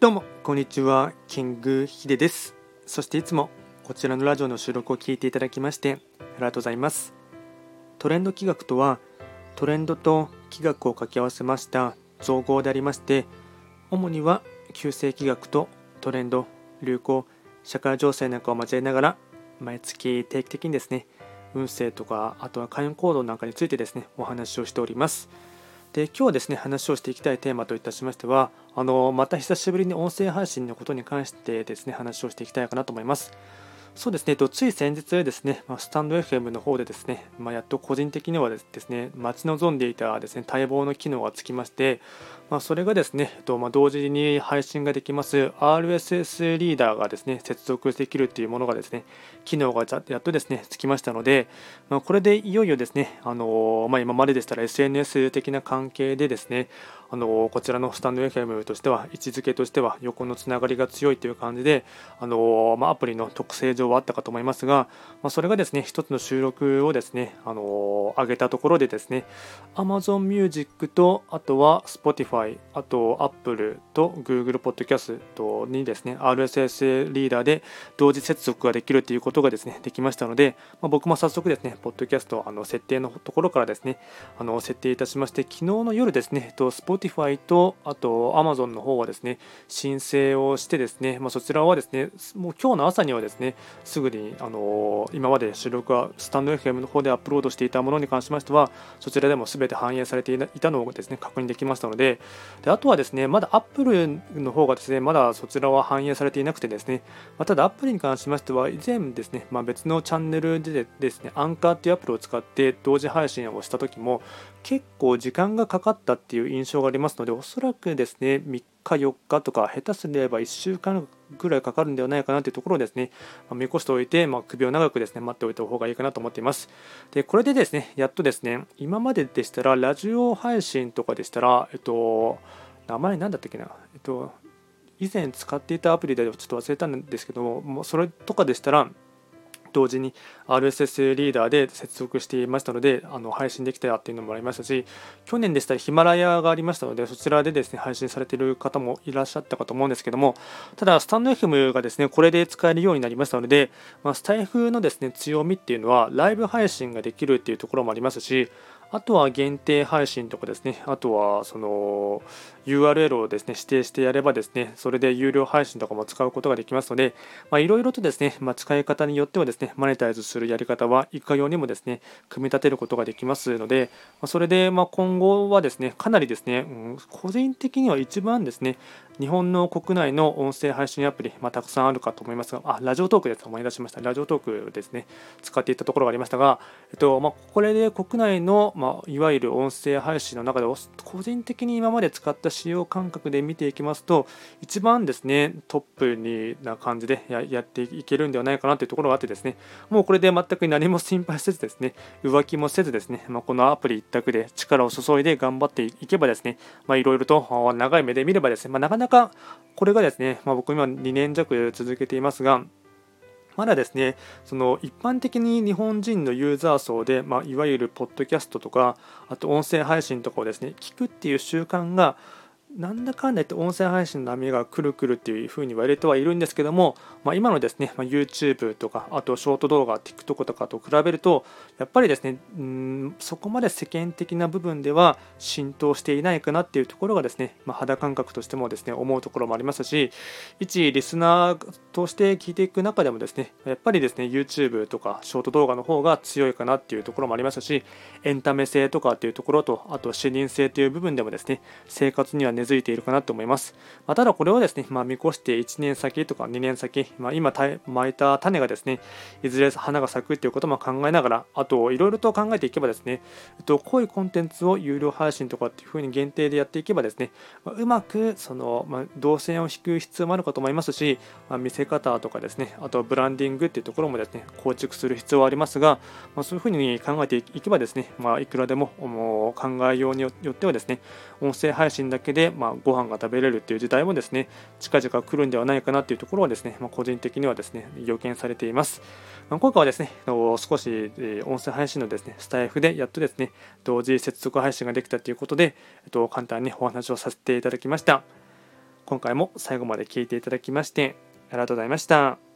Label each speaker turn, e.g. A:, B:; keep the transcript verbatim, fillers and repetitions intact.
A: どうもこんにちは、キングヒデです。そしていつもこちらのラジオの収録を聞いていただきましてありがとうございます。トレンド企画とは、トレンドと企画を掛け合わせました造語でありまして、主には旧世企画とトレンド、流行、社会情勢なんかを交えながら毎月定期的にですね、運勢とかあとは開運行動なんかについてですね、お話をしております。で今日はですね、話をしていきたいテーマといたしましては、あのまた久しぶりに音声配信のことに関してですね、話をしていきたいかなと思います。そうですね、とつい先日ですね、まあ、スタンド エフエム の方でですね、まあ、やっと個人的にはですね、待ち望んでいたですね、待望の機能がつきまして、まあ、それがですね、とまあ、同時に配信ができます アールエスエス リーダーがですね、接続できるというものがですね、機能がやっとですね、つきましたので、まあ、これでいよいよですね、あのまあ、今まででしたら エスエヌエス 的な関係でですね、あのこちらのスタンド エフエム としては位置づけとしては横のつながりが強いという感じで、あのまあ、アプリの特性上はあったかと思いますが、まあ、それがですね一つの収録をですね、あの上げたところでですね Amazon Music とあとは Spotify、 あと Apple と Google Podcast にですね アールエスエス リーダーで同時接続ができるということがですねできましたので、まあ、僕も早速ですねポッドキャストあの設定のところからですねあの設定いたしまして、昨日の夜ですねと Spotify とあと Amazon の方はですね申請をしてですね、まあ、そちらはですねもう今日の朝にはですねすぐにあの今まで収録はスタンド エフエム の方でアップロードしていたものに関しましてはそちらでも全て反映されていたのをですね確認できましたので、であとはですねまだ Apple の方がですねまだそちらは反映されていなくてですね、まあ、ただ Apple に関しましては以前ですね、まあ、別のチャンネルでですねアンカーっていうアプリを使って同時配信をした時も結構時間がかかったっていう印象がありますので、おそらくですねみっかよっかとか下手すればいっしゅうかんぐらいかかるんではないかなというところをですね、まあ、見越しておいて、まあ、首を長くですね待っておいた方がいいかなと思っています。でこれでですねやっとですね今まででしたらラジオ配信とかでしたらえっと名前なんだったっけなえっと以前使っていたアプリでちょっと忘れたんですけども、もうそれとかでしたら同時に アールエスエス リーダーで接続していましたので、あの配信できたっていうのもありましたし、去年でしたらヒマラヤがありましたので、そちらでですね配信されている方もいらっしゃったかと思うんですけども、ただスタンド エフエム がですねこれで使えるようになりましたので、まあ、スタイフのですね強みっていうのはライブ配信ができるっていうところもありますし、あとは限定配信とかですね、あとはその ユーアールエル をですね指定してやればですね、それで有料配信とかも使うことができますので、いろいろとですね、まあ、使い方によってはですね、マネタイズするやり方はいかようにもですね、組み立てることができますので、まあ、それでまあ今後はですね、かなりですね、うん、個人的には一番ですね、日本の国内の音声配信アプリ、まあ、たくさんあるかと思いますが、あ、ラジオトークです。思い出しました。ラジオトークですね、使っていたところがありましたが、えっとまあ、これで国内の、まあ、いわゆる音声配信の中で個人的に今まで使った使用感覚で見ていきますと、一番ですねトップにな感じで や, やっていけるんではないかなというところがあってですね、もうこれで全く何も心配せずですね、浮気もせずですね、まあ、このアプリ一択で力を注いで頑張っていけばですね、いろいろと長い目で見ればですね、まあ、なかなかこれがですね、まあ、僕今にねん弱続けていますが、まだですね、その一般的に日本人のユーザー層で、まあ、いわゆるポッドキャストとか、あと音声配信とかをですね、聞くっていう習慣がなんだかんだ言って音声配信の波がくるくるっていう風に言われてはいるんですけども、まあ、今のですね、まあ、YouTube とかあとショート動画 TikTok とかと比べるとやっぱりですねうーんそこまで世間的な部分では浸透していないかなっていうところがですね、まあ、肌感覚としてもですね思うところもありますし、一リスナーとして聞いていく中でもですねやっぱりですね YouTube とかショート動画の方が強いかなっていうところもありますし、エンタメ性とかっていうところとあと視認性という部分でもですね生活には根付いているかなと思います。まあ、ただこれをですね、まあ、見越していちねん先とかにねん先、まあ、今巻いた種がですねいずれ花が咲くということも考えながら、あといろいろと考えていけばですね、えっと、濃いコンテンツを有料配信とかっていう風に限定でやっていけばですね、まあ、うまくその、まあ、動線を引く必要もあるかと思いますし、まあ、見せ方とかですね、あとブランディングっていうところもですね構築する必要はありますが、まあ、そういう風に考えていけばですね、まあ、いくらでももう考えようによってはですね、音声配信だけでまあご飯が食べれるっていう時代もですね近々来るんではないかなというところはですね、まあ、個人的にはですね予見されています。まあ、今回はですね少し音声配信のですねスタイフでやっとですね同時接続配信ができたということで、えっと、簡単にお話をさせていただきました。 今回も最後まで聞いていただきましてありがとうございました。